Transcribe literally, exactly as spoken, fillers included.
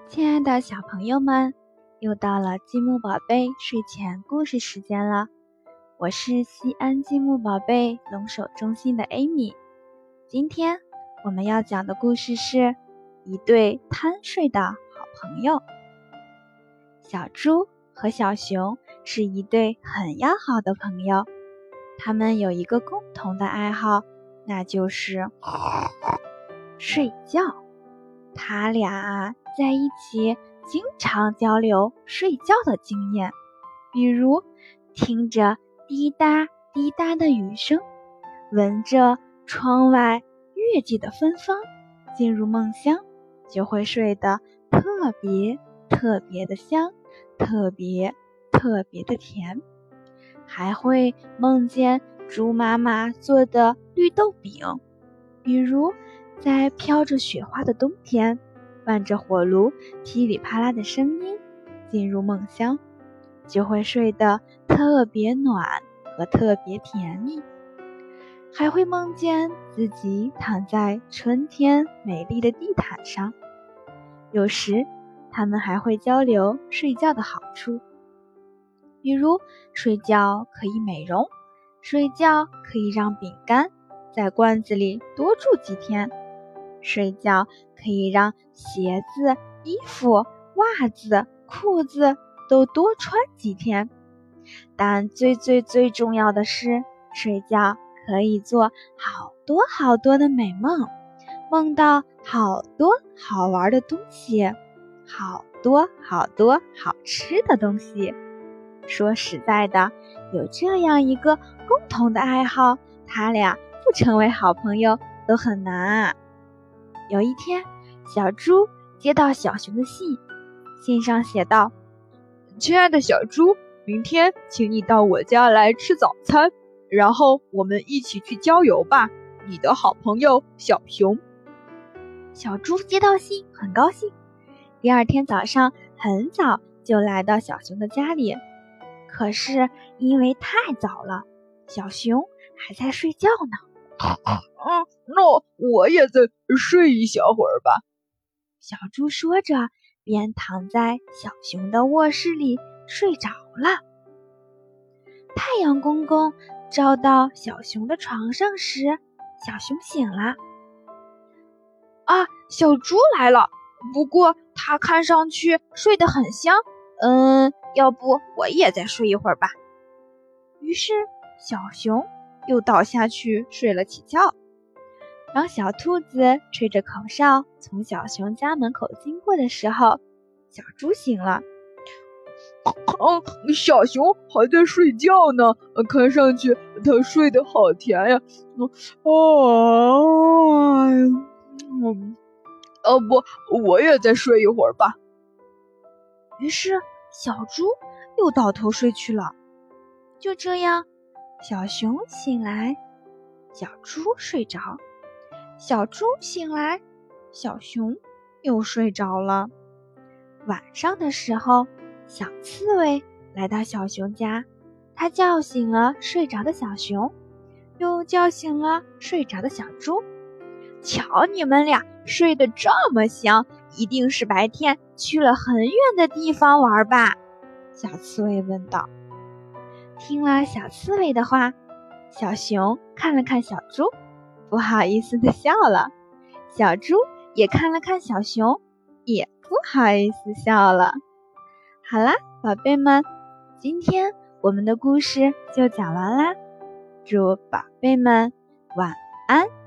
亲爱的小朋友们，又到了积木宝贝睡前故事时间了。我是西安积木宝贝龙首中心的 Amy。今天我们要讲的故事是一对贪睡的好朋友。小猪和小熊是一对很要好的朋友，他们有一个共同的爱好，那就是睡觉。他俩在一起经常交流睡觉的经验，比如听着滴答滴答的雨声，闻着窗外月季的芬芳，进入梦乡就会睡得特别特别的香，特别特别的甜，还会梦见猪妈妈做的绿豆饼，比如在飘着雪花的冬天，伴着火炉噼里啪啦的声音进入梦乡，就会睡得特别暖和特别甜蜜，还会梦见自己躺在春天美丽的地毯上。有时他们还会交流睡觉的好处，比如睡觉可以美容，睡觉可以让饼干在罐子里多住几天，睡觉可以让鞋子、衣服、袜子、裤子都多穿几天。但最最最重要的是，睡觉可以做好多好多的美梦，梦到好多好玩的东西，好多好多好吃的东西。说实在的，有这样一个共同的爱好，他俩不成为好朋友都很难啊。有一天，小猪接到小熊的信，信上写道： 亲爱的小猪，明天请你到我家来吃早餐，然后我们一起去郊游吧。你的好朋友小熊。 小猪接到信很高兴，第二天早上很早就来到小熊的家里。可是因为太早了，小熊还在睡觉呢。 嗯，那我也再睡一小会儿吧。 小猪说着，便躺在小熊的卧室里睡着了。太阳公公照到小熊的床上时，小熊醒了。 啊，小猪来了，不过他看上去睡得很香。嗯，要不我也再睡一会儿吧。 于是小熊又倒下去睡了起觉。当小兔子吹着口哨从小熊家门口经过的时候，小猪醒了。 嗯，小熊还在睡觉呢，看上去他睡得好甜呀。哦，嗯，哦不，我也再睡一会儿吧。 于是小猪又倒头睡去了。就这样，小熊醒来，小猪睡着；小猪醒来，小熊又睡着了。晚上的时候，小刺猬来到小熊家，它叫醒了睡着的小熊，又叫醒了睡着的小猪。瞧你们俩睡得这么香，一定是白天去了很远的地方玩吧？小刺猬问道。听了小刺猬的话，小熊看了看小猪，不好意思地笑了。小猪也看了看小熊，也不好意思笑了。好啦，宝贝们，今天我们的故事就讲完啦。祝宝贝们晚安。